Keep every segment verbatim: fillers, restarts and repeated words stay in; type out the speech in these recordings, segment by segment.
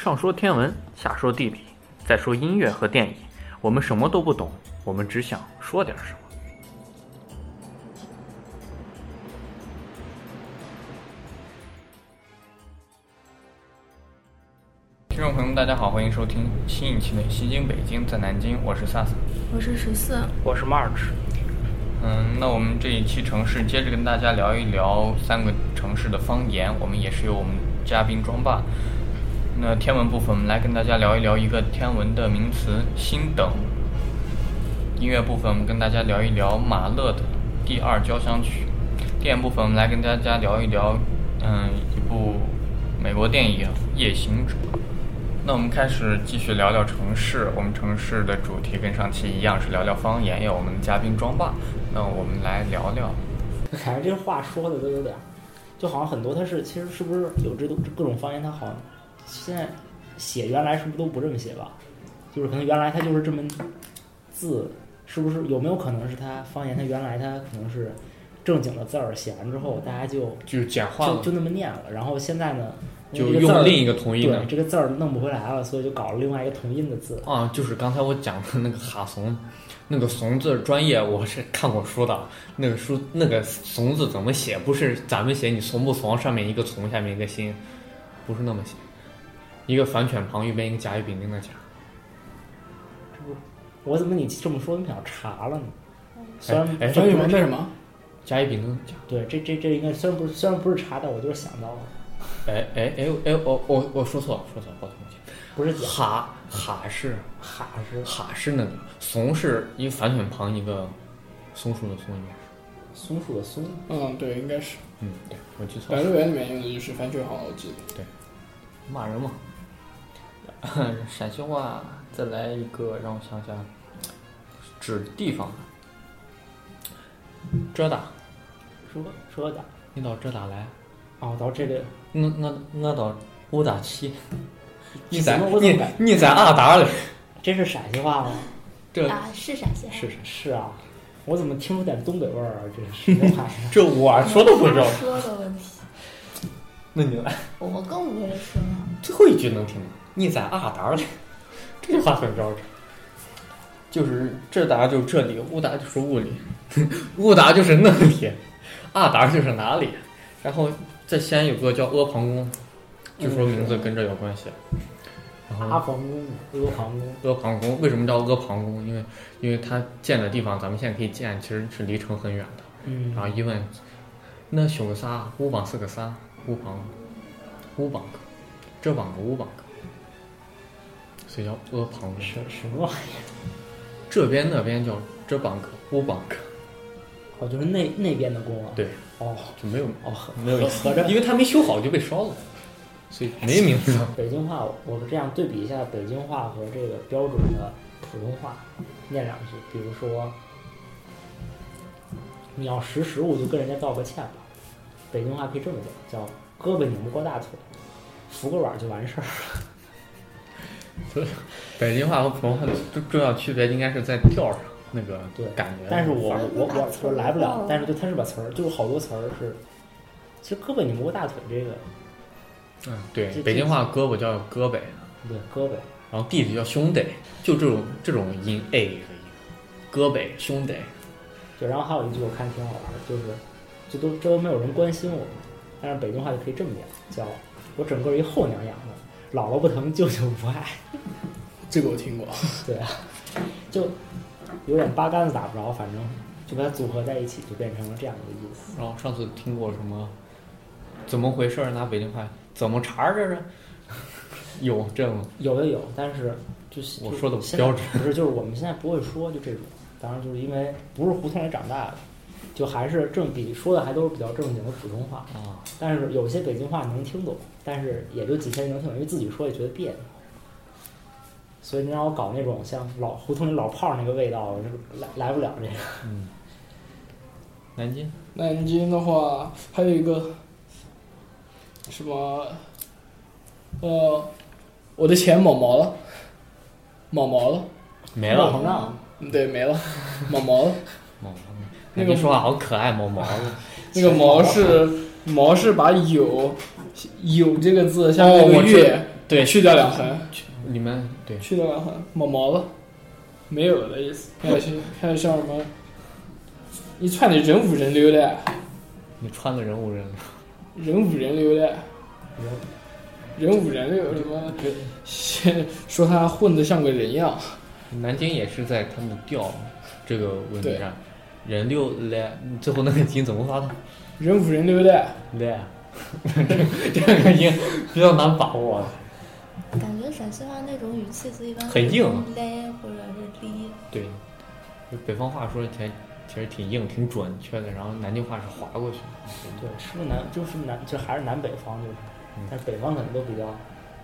上说天文，下说地理，再说音乐和电影，我们什么都不懂，我们只想说点什么。听众朋友们，大家好，欢迎收听新一期的《西京北京在南京》，我是萨萨， 我是十四， 我是 March。 嗯，那我们这一期城市接着跟大家聊一聊三个城市的方言，我们也是由我们嘉宾装扮。那天文部分，我们来跟大家聊一聊一个天文的名词“星等”。音乐部分，我们跟大家聊一聊马勒的第二交响曲。电影部分，我们来跟大家聊一聊，嗯，一部美国电影《夜行者》。那我们开始继续聊聊城市，我们城市的主题跟上期一样是聊聊方言，有我们的嘉宾装扮。那我们来聊聊。 感觉这话说的都有点，就好像很多它是其实是不是有这种各种方言，它好像现在写原来是不是都不这么写吧？就是可能原来它就是这么字，是不是有没有可能是它方言它原来它可能是正经的字儿写完之后，大家就就简化了， 就就那么念了，然后现在呢？ 就用另一个同音的， 对，这个字儿弄不回来了，所以就搞了另外一个同音的字啊。就是刚才我讲的那个哈怂，那个怂字专业我是看过书的，那个书那个怂字怎么写？不是咱们写你怂不怂，上面一个从，下面一个心，不是那么写，一个反犬旁，右边一个甲乙丙丁的甲。 这不，我怎么你这么说，你想查了呢？虽然哎， 反犬那什么？ 甲乙丙丁甲。 对，这这这应该虽然不是虽然不是查的，我就是想到了。 哎哎哎哎，我我我说错了，说错了，抱歉抱歉， 不是哈哈是哈是哈是那个松是一个反犬旁一个松树的松，应该是松树的松。 嗯，对，应该是。 嗯，对，我记错了。 百度园里面用的就是反犬旁，我记得。 对，骂人嘛。陕西话再来一个，让我想想，指地方的。这打， 说说打， 你到这打来？ 哦，到这个。 我我我到五打七，你在你你在阿达嘞？ 这是陕西话吗？ 这啊是陕西话， 是是啊，我怎么听出点东北味儿啊？这是什么玩意儿？ 这我说都不知道。 说的问题。 那你来。 我更不会说。 最后一句能听吗？你在阿达嘞？这句话很标准。就是这达就是这里，乌达就是屋里，乌达就是那里，阿达就是哪里。然后在西安有个叫阿房宫，据说名字跟这有关系。 阿房宫、阿房宫、 阿房宫为什么叫阿房宫？因为因为它建的地方咱们现在可以建，其实是离城很远的。 嗯。 然后一问，那修个啥？乌帮是个啥？乌帮，乌帮个，这帮个乌帮个，所以叫阿房宫。 什什么玩意儿？ 这边那边叫这帮个乌帮个。 哦，就是那那边的宫啊。 对。 哦， 就没有哦， 没有合着， 因为它没修好就被烧了，所以没名字。 北京话，我们这样对比一下北京话和这个标准的普通话，念两句。比如说，你要识时务就跟人家道个歉吧。北京话可以这么讲，叫胳膊拧不过大腿，扶个软就完事儿了。 所以，北京话和普通话的重要区别应该是在调上。那个对感觉， 但是我我我我来不了，但是就它是把词儿，就是好多词儿是，其实胳膊拧不过大腿这个， 嗯，对，北京话胳膊叫胳膊， 对，胳膊， 然后弟弟叫兄弟，就这种这种音 a 的音，胳膊兄弟， 对，然后还有一句我看挺好玩的，就是这都这都没有人关心我，但是北京话就可以这么讲，叫我整个一后娘养的，姥姥不疼，舅舅不爱， 这个我听过， 对啊，就。有点八竿子打不着，反正就把它组合在一起，就变成了这样一个意思。 然后上次听过什么？怎么回事？拿北京话怎么查这是？有这种？ 有的有，但是就是我说的标准不是，就是我们现在不会说，就这种。当然，就是因为不是胡同里长大的，就还是正比说的还都是比较正经的普通话啊。但是有些北京话能听懂，但是也就几千人能听懂，因为自己说也觉得别扭。所以你让我搞那种像老胡同里老炮儿那个味道，来来不了这个。 嗯。南京， 南京的话还有一个什么，呃，我的钱毛毛了，毛毛了， 没了。 膨胀。 对，没了，毛毛了。 毛毛。那个说话好可爱，毛毛的。 那个毛是毛是把有有这个字下面一个月。 对， 去掉两横， 你们对去掉两横，毛毛了，没有了的意思。还有些还有像什么，你穿的人五人流的， 你穿的人无人人五人流的，人五人流什么？先说他混得像个人样。 南京也是在他们调这个问题上，人六来，最后那个音怎么发的？ 人五人流的来，这个这个音比较难把握了。 感觉陕西话那种语气词一般很硬嘞或者是哩。 对，北方话说起来其实挺硬、挺准确的，然后南京话是划过去的。 对，是不是南就是南就还是南北方就是，但是北方可能都比较，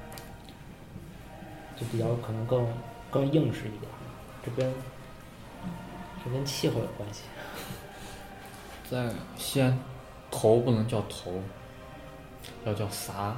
就比较可能更更硬实一点，这跟这跟气候有关系。 在西安，头不能叫头，要叫撒。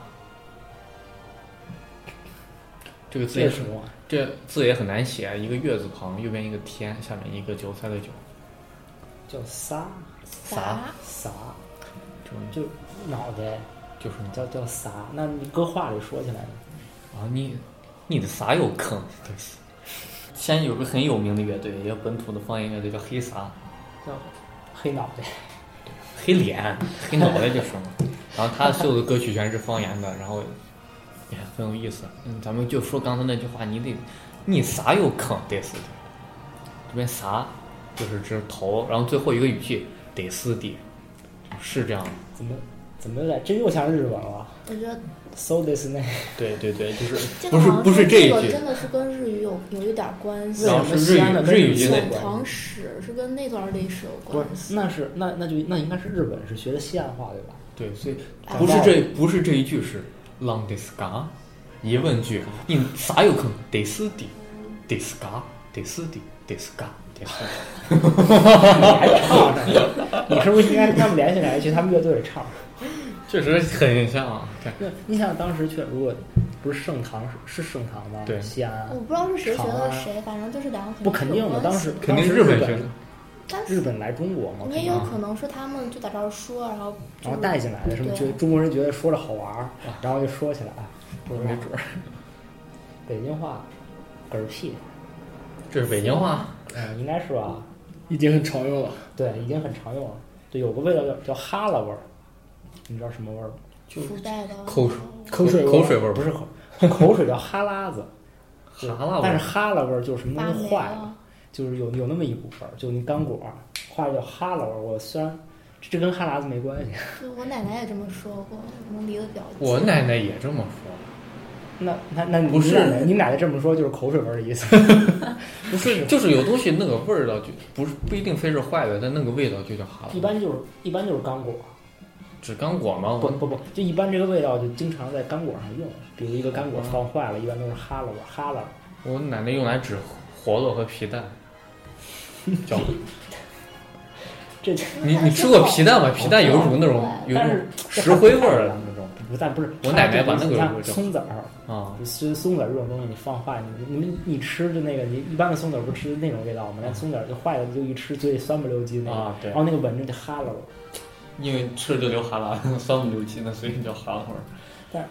这个字也是，这字也很难写，一个月字旁，右边一个天，下面一个韭菜的韭， 叫撒撒撒， 这种就脑袋就是叫叫撒。那你搁话里说起来呢？ 啊，你你的撒有坑，对。西安有个很有名的乐队，一个本土的方言乐队叫黑撒， 叫黑脑袋， 黑脸，黑脑袋就是嘛。然后他所有的歌曲全是方言的，然后也很有意思。嗯，咱们就说刚才那句话，你得你撒有坑得死的，这边撒就是指头，然后最后一个语气得死的，是这样的。 怎么怎么有点，这又像日文了。 我觉得 so this name。 对对对，就是这不是不是这一句， 真的是跟日语有有一点关系。 为什么西安的日语就遣唐使是跟那段历史有关系。 那是那那就那应该是日本是学的西安话对吧？ 对，所以不是这不是这一句是 long this ga 疑问句，你啥有坑得死的 this ga 得死的 this ga 得死的。 你还唱呢？你是不是应该跟他们联系联系，去他们乐队里唱？ 确实很像啊！ 那你想当时去，如果不是盛唐是盛唐吗？ 对， 西安。 我不知道是谁学的谁，反正就是两个。 不肯定的，当时肯定日本学的。 日本来中国嘛， 也有可能是他们就在这儿说，然后然后带进来的，什么觉得中国人觉得说着好玩，然后就说起来，不没准儿。北京话，嗝屁， 这是北京话， 嗯，应该是吧？ 已经很常用了。 对，已经很常用了。对，有个味道叫叫哈喇味儿，你知道什么味儿吗？ 就附带的口水口水口水味儿， 不是口口水叫哈喇子， 哈喇味儿。 但是哈喇味儿就是什么东西坏了。就是有有那么一股味儿，就那干果，话叫哈喇味儿。我虽然这跟哈喇子没关系， 就我奶奶也这么说过，能离得比较近。 我奶奶也这么说。 那那那不是你奶奶你奶奶这么说就是口水味儿的意思。 不是，就是有东西那个味道就不是不一定非是坏的，但那个味道就叫哈喇。 一般就是一般就是干果， 指干果吗？ 不不不，就一般这个味道就经常在干果上用，比如一个干果放坏了，一般都是哈喇味儿，哈喇。 我奶奶用来指活络和皮蛋。叫这你你吃过皮蛋吗？皮蛋有一种那种有一种石灰味儿的那种， 不但不是我奶奶把那个像松子儿啊， 其实松子儿这种东西你放坏，你你你吃就那个，你一般的松子儿不吃那种味道吗？那松子儿就坏了，就一吃嘴里酸不溜叽那个， 啊对， 然后那个闻着就哈喇味儿， 因为吃了就流哈喇，酸不溜叽的，所以叫哈喇味儿。 但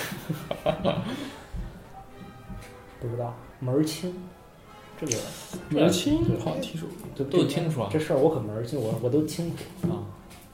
不知道门儿清。这个门儿清好像听说过， 都清楚啊。 这事儿我可门儿清，我我都清楚啊。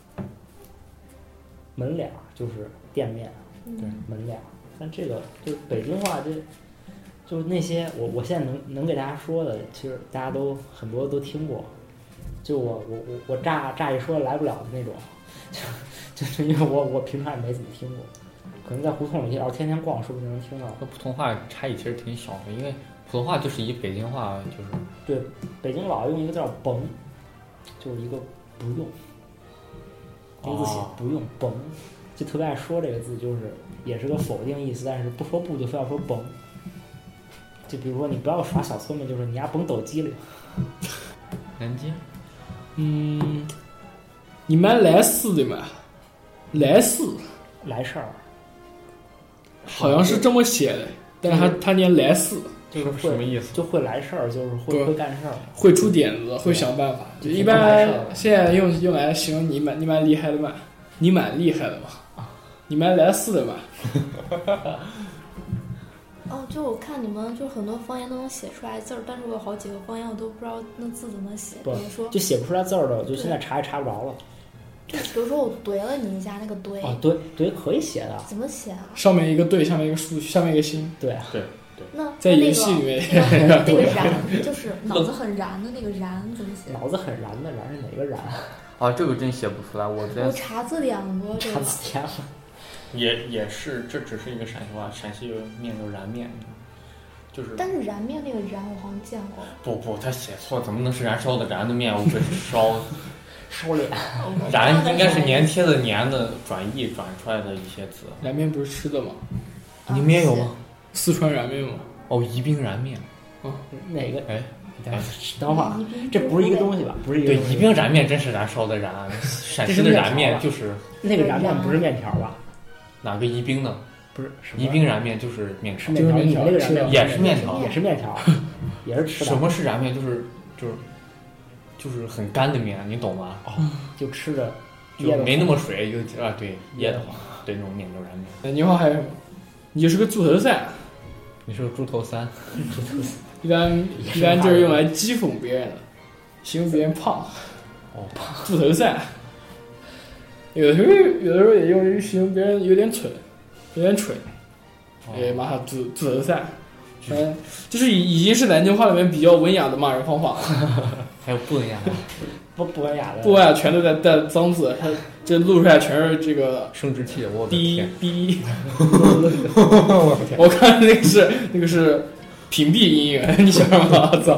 门脸就是店面， 对， 门脸。但这个就北京话，这就是那些我我现在能能给大家说的，其实大家都很多都听过。就我我我我乍乍一说来不了的那种，就就是因为我我平常也没怎么听过，可能在胡同里要天天逛，说不定能听到。 和普通话差异其实挺小的，因为普通话就是以北京话就是对，北京老用一个字叫甭，就是一个不用，一个字写不用甭，就特别爱说这个字，就是也是个否定意思，但是不说不就非要说甭。就比如说你不要耍小聪明，就是你丫甭抖机灵。 南京， 嗯，你们来事的嘛？来事， 来事儿， 好像是这么写的，但是他他念来事。 就是会什么意思？ 就会来事儿，就是会会干事儿， 会出点子，会想办法。就一般现在用用来形容你蛮你蛮厉害的嘛，你蛮厉害的嘛，你蛮来事的嘛。 哦，就我看你们就很多方言都能写出来字儿，但是我有好几个方言我都不知道那字怎么写。比不如说， 就写不出来字儿的，就现在查也查不着了。 就比如说我怼了你一下，那个怼、 哦，对对，可以写的， 怎么写啊？ 上面一个对，下面一个竖，下面一个心。 对啊， 对， 那在那那游戏里面个那个那个燃，就是脑子很燃的那个燃怎么写？ 脑子很燃的燃是哪个燃？ 啊，这个真写不出来，我之前我查字典过这查个。 字典了。 也也是，这只是一个陕西话，陕西有面有燃面，就是但是燃面那个燃我好像见过。 不不，他写错，怎么能是燃烧的燃的面？无非是烧， 烧脸， 燃应该是粘贴的粘的转译转出来的一些字。 燃面不是吃的吗？ 你们也有吗？ 四川燃面吗？ 哦，宜宾燃面。 哪个？ 哎， 哎，等会儿，这不是一个东西吧？不是一个对， 东西。 宜宾燃面真是燃烧的燃，陕西的燃面就是那个燃面不是面条吧？ 哪个宜宾呢？ 不是， 宜宾燃面就是面条， 是面条，你们那个燃面也是面条， 也是面条，也是吃的。 什么是燃面？就是就是就是很干的面，你懂吗？ 哦，就吃着就没那么水，就啊对噎得慌，对那种面叫燃面。 南京话还有什么？你是个猪头三， 你是个猪头三， 猪头三， 一般一般就是用来讥讽别人的，形容别人胖。 哦， 猪头三。有的时候有的时候也用于形容别人有点蠢，有点蠢。哎，骂他猪猪头三。嗯，就是已已经是南京话里面比较文雅的骂人方法了。 还有不文雅的， 不不文雅的， 不文雅全都在带脏字，他这录出来全是这个生殖器，我的逼天！ 逼。我看那个是那个是屏蔽音乐，你想什么？我操！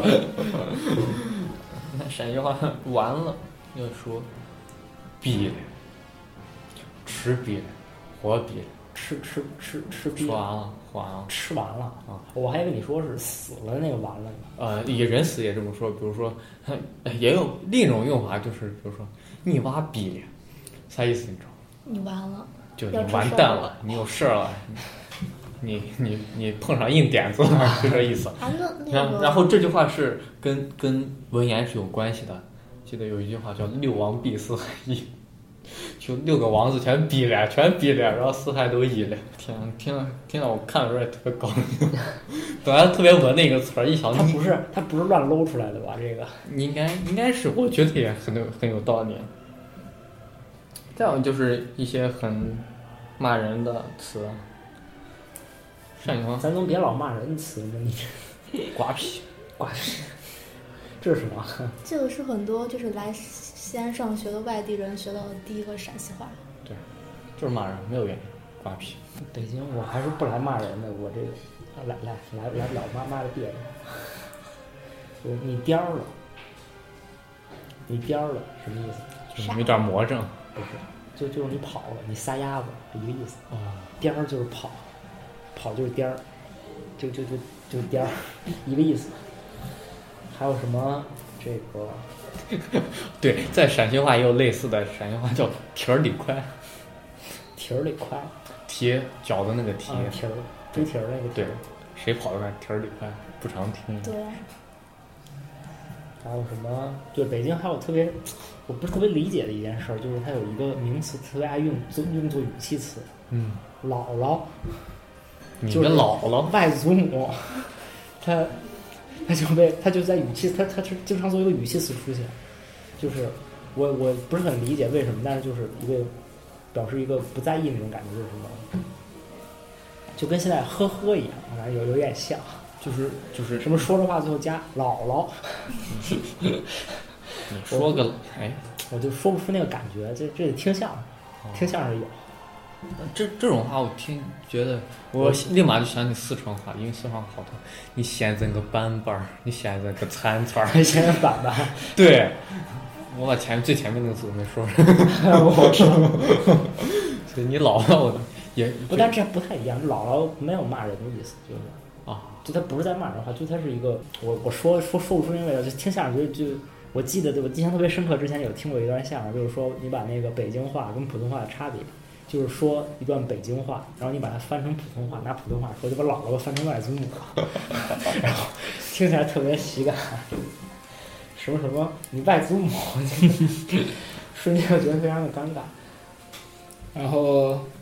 那陕西话完了要说逼了，吃逼了，活逼了， 吃吃吃吃逼说完了，说完了。 吃完了啊！ 我还以为你说是死了那个完了呢。 呃，也人死也这么说，比如说，也有另一种用法，就是比如说你娃逼了，啥意思你知道吗？ 你完了， 就你完蛋了，你有事儿了，你你你碰上硬点子了，就这意思。 啊，那那然个， 然后这句话是跟跟文言是有关系的，记得有一句话叫六王必四害一，就六个王子全逼了，全逼了，然后四害都一了。天，听了听了我看的时候也特别高兴，本来特别文的一个词儿，一想他不是他不是乱搂出来的吧？这个你应该应该是，我觉得也很有很有道理。再有就是一些很骂人的词，陕西话咱能别老骂人词吗？你瓜皮， 瓜皮，这是什么？ 这个是很多就是来西安上学的外地人学到的第一个陕西话。 对，就是骂人，没有原因，瓜皮。 北京我还是不来骂人的，我这个来来来来不了骂骂的别扭。就是你颠儿了，你颠儿了什么意思？ 就是有点魔怔。 不是，就就是你跑了，你撒丫子是一个意思。 哦， 颠儿就是跑，跑就是颠儿，就就就就是颠儿，一个意思。还有什么这个？ 对，在陕西话也有类似的，陕西话叫蹄儿里快， 蹄儿里快， 蹄脚的那个蹄， 啊蹄儿，猪蹄儿那个蹄对儿。， 谁跑得快蹄儿里快，不常听。 对， 还有什么？对，北京还有特别，我不是特别理解的一件事儿，就是它有一个名词特别爱用做用作语气词， 嗯， 姥姥， 你的就是姥姥， 外祖母，他他就被他就在语气，他他是经常作为一个语气词出现，就是我我不是很理解为什么，但是就是一个表示一个不在意那种感觉，就是什么，就跟现在呵呵一样，我感觉有有点像， 就是就是什么说着话最后加姥姥， 你说个哎， 我就说不出那个感觉，这这得听相声，听相声有。 这这种话我听觉得，我立马就想起四川话，因为四川话好多。你现在个板板儿，你现在个铲铲儿， 现在板板， 对，我把前最前面那个字都没说， 我知道。 所以你姥姥也不，但这不太一样，姥姥没有骂人的意思，就是啊， 就他不是在骂人话，就他是一个，我我说说说不出因为就听相声就就我记得我印象特别深刻，之前有听过一段相声，就是说你把那个北京话跟普通话的差别。就是说一段北京话，然后你把它翻成普通话，拿普通话说，就把姥姥翻成外祖母了，然后听起来特别喜感。什么什么，你外祖母，瞬间就觉得非常的尴尬。 然后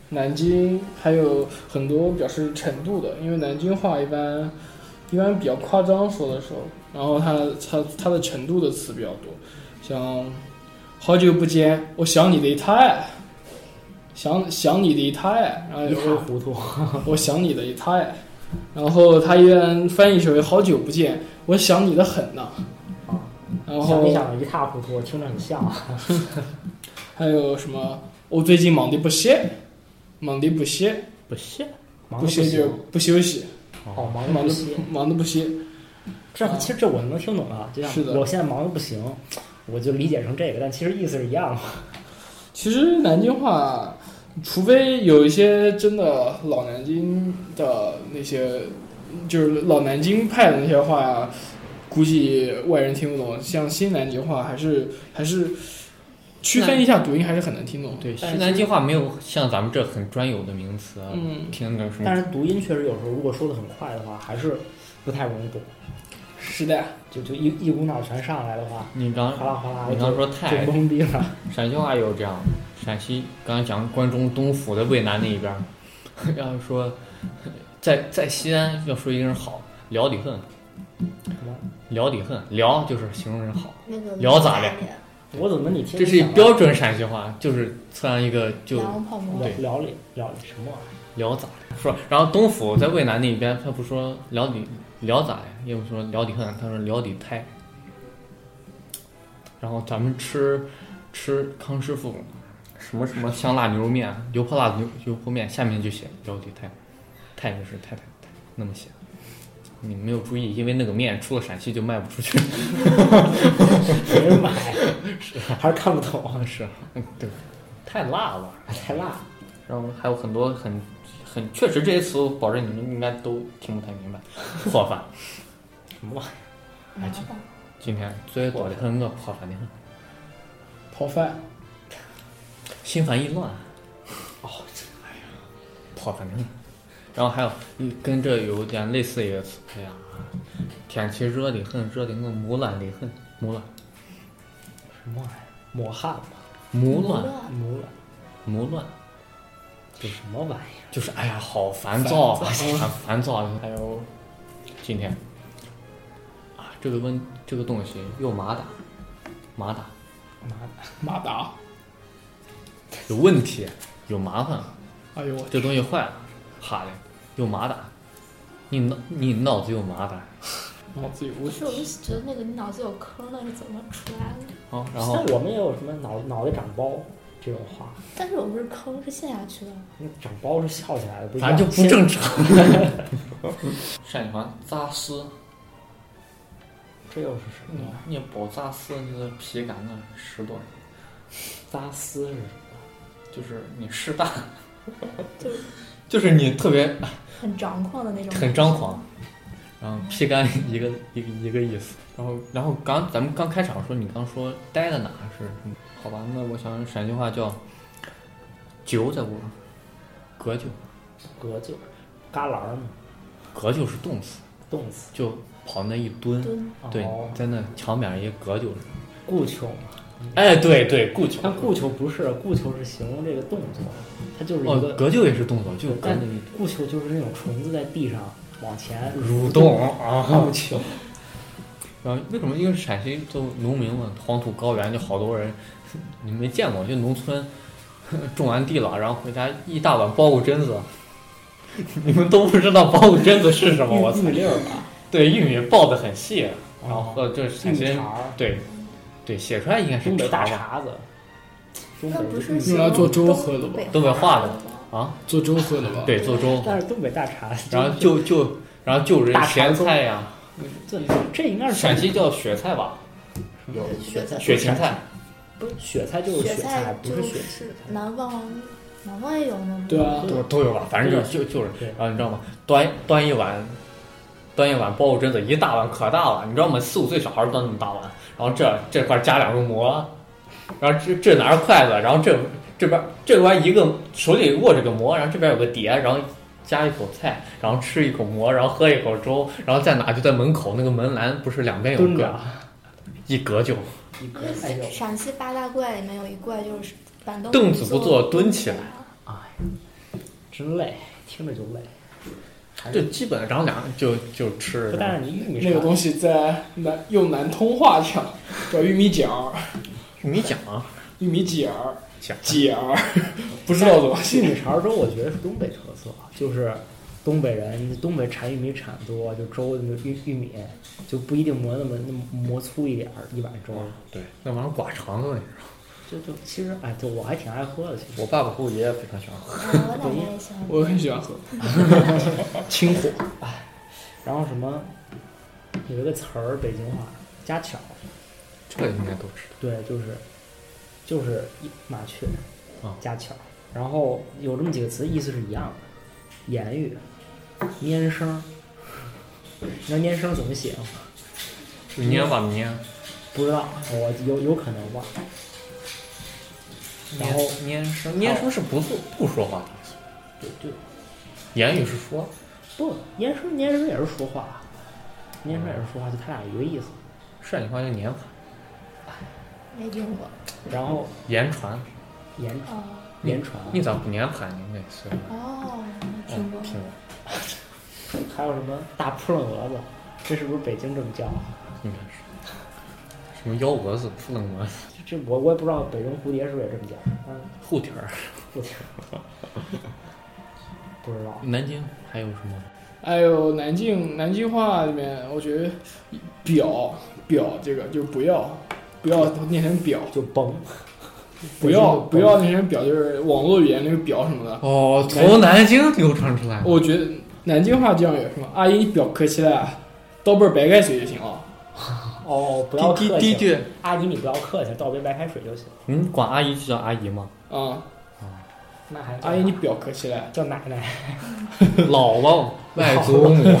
南京还有很多表示程度的，因为南京话一般一般比较夸张说的时候，然后它它它的程度的词比较多，像好久不见，我想你的一太，想想你的一太，然后一塌糊涂。 我想你的一太，然后他一般翻译成为好久不见，我想你的很呢。 啊， 然后想没想一塌糊涂，听着很像啊。 还有什么？我最近忙得不歇，忙得不歇， 不歇，忙不得歇就不休息， 哦，忙得忙得不歇。 忙得不歇。 这其实这我能听懂啊，就像是的我现在忙得不行，我就理解成这个，但其实意思是一样的。 其实南京话，除非有一些真的老南京的那些，就是老南京派的那些话呀，估计外人听不懂。像新南京话，还是还是区分一下读音，还是很难听懂。 对， 但是西南京话没有像咱们这很专有的名词啊， 嗯听着什么但是读音确实有时候如果说的很快的话，还是不太容易懂。 是的， 就就一一股脑全上来的话， 你刚哗啦哗啦的你刚就说太就懵逼了。 陕西话也有这样，陕西刚才讲关中东府的渭南那一边儿，要是说在在西安要说一个人好，聊得很，聊得很，聊就是形容人好， 那个聊咋的？ 我怎么你听这是一标准陕西话，就是这样一个就凉泡馍聊对聊里聊里什么玩意儿？ 聊咋的说，然后东府在渭南那一边，他不说聊得聊咋呀，也不说聊得很，他说聊得太。然后咱们吃吃康师傅什么什么香辣牛肉面、油泼辣牛油泼面，下面就写聊得太，太就是太太太那么写。你没有注意，因为那个面出了陕西就卖不出去。 没人买，是还是看不懂， 是，嗯，对，太辣了。 太辣。 然后还有很多很很确实这些词，我保证你们应该都听不太明白。破饭， 什么玩意麻烦。 今天最多的很个破饭的很， 泡饭， 心烦意乱。 哦， 哎呀，破饭的很。然后还有跟这有点类似一个词，哎呀，天气热得很，热得我木烂得很，木烂， 什么玩意儿？抹汗嘛， 木乱， 木了， 木乱， 这什么玩意儿？ 就是哎呀，好烦躁，啊，烦烦躁。还有今天啊，这个问这个东西又马达，马达马达， 有问题，有麻烦， 哎呦我这东西坏了，哈嘞，有马达，你脑你脑子有马达。 脑子有问题可是。我就觉得那个你脑子有坑，那是怎么出来的？ 好，然后那我们也有什么脑脑袋长包这种话， 但是我不是坑，是陷下去的。 那长包是笑起来的，不一反样正就不正常。陕西话扎丝， 这又是什么呀？ 你包扎丝，你的皮感啊十多， 扎丝是什么？ 就是你湿大， 就是就是你特别很张狂的那种。 很张狂。然后皮干一个一个一个意思，然后然后刚咱们刚开场说你刚说待在哪是什么？好吧，那我想陕西话叫揪在屋，割揪， 割就旮旯嘛， 割揪是动词， 动词。 就跑那一蹲， 蹲对哦， 在那墙边一割揪。 顾求嘛， 哎，对对，顾求。 但顾求不是，顾求是形容这个动作，它就是一哦， 个割揪也是动作，就但跟顾求就是那种虫子在地上往前蠕动啊。 顾求。 然后为什么？因为陕西都农民嘛，黄土高原，就好多人，你没见过，就农村种完地了，然后回家一大碗包谷榛子，你们都不知道包谷榛子是什么？我操！ 玉粒儿吧， 对，玉米爆的很细，然后和这陕西人玉茶儿， 对对写出来应该是东北大茶吧？ 碴子，东那不北是用来做粥喝的吧东北话的吗？ 啊， 做粥喝的吧？ 对，做粥， 但是东北大碴子， 然后就就然后就人大碴咸粥菜呀， 这这应该是陕西叫雪菜吧？有雪菜雪芹菜。 不是雪菜就是雪雪菜，不就是雪是南方，南方也有呢。 对啊， 都都有吧，反正就就就是， 对然后你知道吗？端端一碗，端一碗包谷榛子，一大碗可大了，你知道吗？四五岁小孩端那么大碗，然后这这块加两个馍，然后这这拿着筷子，然后这这边这边一个手里握着个馍，然后这边有个碟，然后加一口菜，然后吃一口馍，然后喝一口粥，然后在哪就在门口那个门栏不是两边有个蹲着， 一格就一个哎呦， 陕西八大怪里面有一怪就是板凳凳子不坐蹲起来。 哎， 真累，听着就累。 这基本上两就就吃。 不但是你玉米那个东西在南用南通话讲叫玉米卷儿， 玉米饺儿， 玉米卷儿， 饺卷儿，不知道怎么玉写。 米碴粥，我觉得是东北特色，就是东北人，东北产玉米产多，就粥那个玉玉米就不一定磨那么那么磨粗一点儿，一碗粥。 对，那玩意儿刮肠子，你知道。 就就其实哎，就我还挺爱喝的。其实我爸爸和我爷爷非常喜欢喝。 哦我奶奶也喜欢。 我很喜欢喝，清火。 然后什么有一个词儿，北京话家巧， 这个应该都知道。 对，就是就是一麻雀啊， 家巧。然后有这么几个词，意思是一样的。言语、拈声，你知道拈声怎么写吗？ 就捏吧捏。 不知道，我有有可能吧。然后拈声，拈声是不说不说话的意思。 对对， 言语是说。 不，拈声拈声也是说话，拈声也是说话，就他俩一个意思。 陕西话叫年盘。 没听过。 然后言传。 言哦言传， 你咋不年盘呢？那是。 哦，没听过。 听过。 还有什么大扑棱蛾子，这是不是北京这么叫？ 应该是。什么幺蛾子、扑棱蛾子？ 这我我也不知道北京蝴蝶是不是也这么叫。嗯， 护蹄儿。 护蹄儿。不知道。 南京还有什么？ 还有南京南京话里面，我觉得表表这个就是不要不要念成表， 就崩。 不要不要念成表，就是网络语言那个表什么的。 哦，从南京流传出来。 我觉得南京话这样有什么？阿姨，你表客气了，倒杯白开水就行了。 哦，不要客气。 第一句， 阿姨你不要客气，倒杯白开水就行。 嗯，管阿姨就叫阿姨吗？ 啊、 嗯，那还阿姨你表客气了， 叫奶奶。 姥姥、外祖母。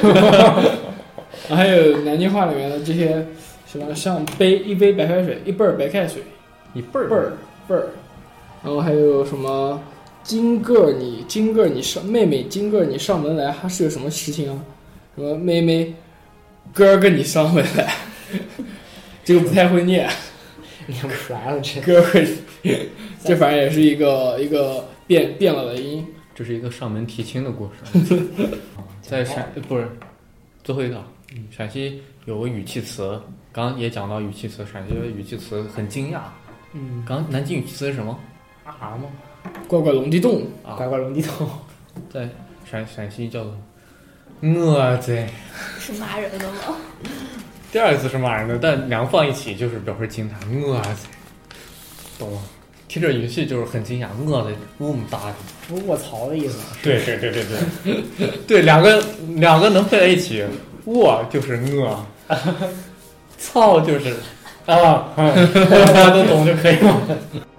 还有南京话里面的这些什么，像杯一杯白开水，一杯儿白开水， 一辈儿辈儿辈儿，然后还有什么金个儿你金个儿你上妹妹金个儿你上门来，还是有什么事情啊？什么妹妹哥儿跟你上门来，这个不太会念， 念不出来了这。 哥儿，这反正也是一个一个变变了的音。 这是一个上门提亲的故事。在陕不是最后一个，陕西有个语气词，刚刚也讲到语气词，陕西的语气词很惊讶。 嗯， 刚南京语气词是什么？ 啊吗？ 乖乖龙地洞， 啊， 乖乖龙地洞， 在陕陕西叫做我在。 是骂人的吗？ 第二个字是骂人的，但两个放一起就是表示惊叹。我在，懂吗？听着语气就是很惊讶，我的我们大的。 不是卧槽的意思吗？ 对对对对对，对两个两个能配在一起，我就是我，操就是啊，大家都懂就可以了。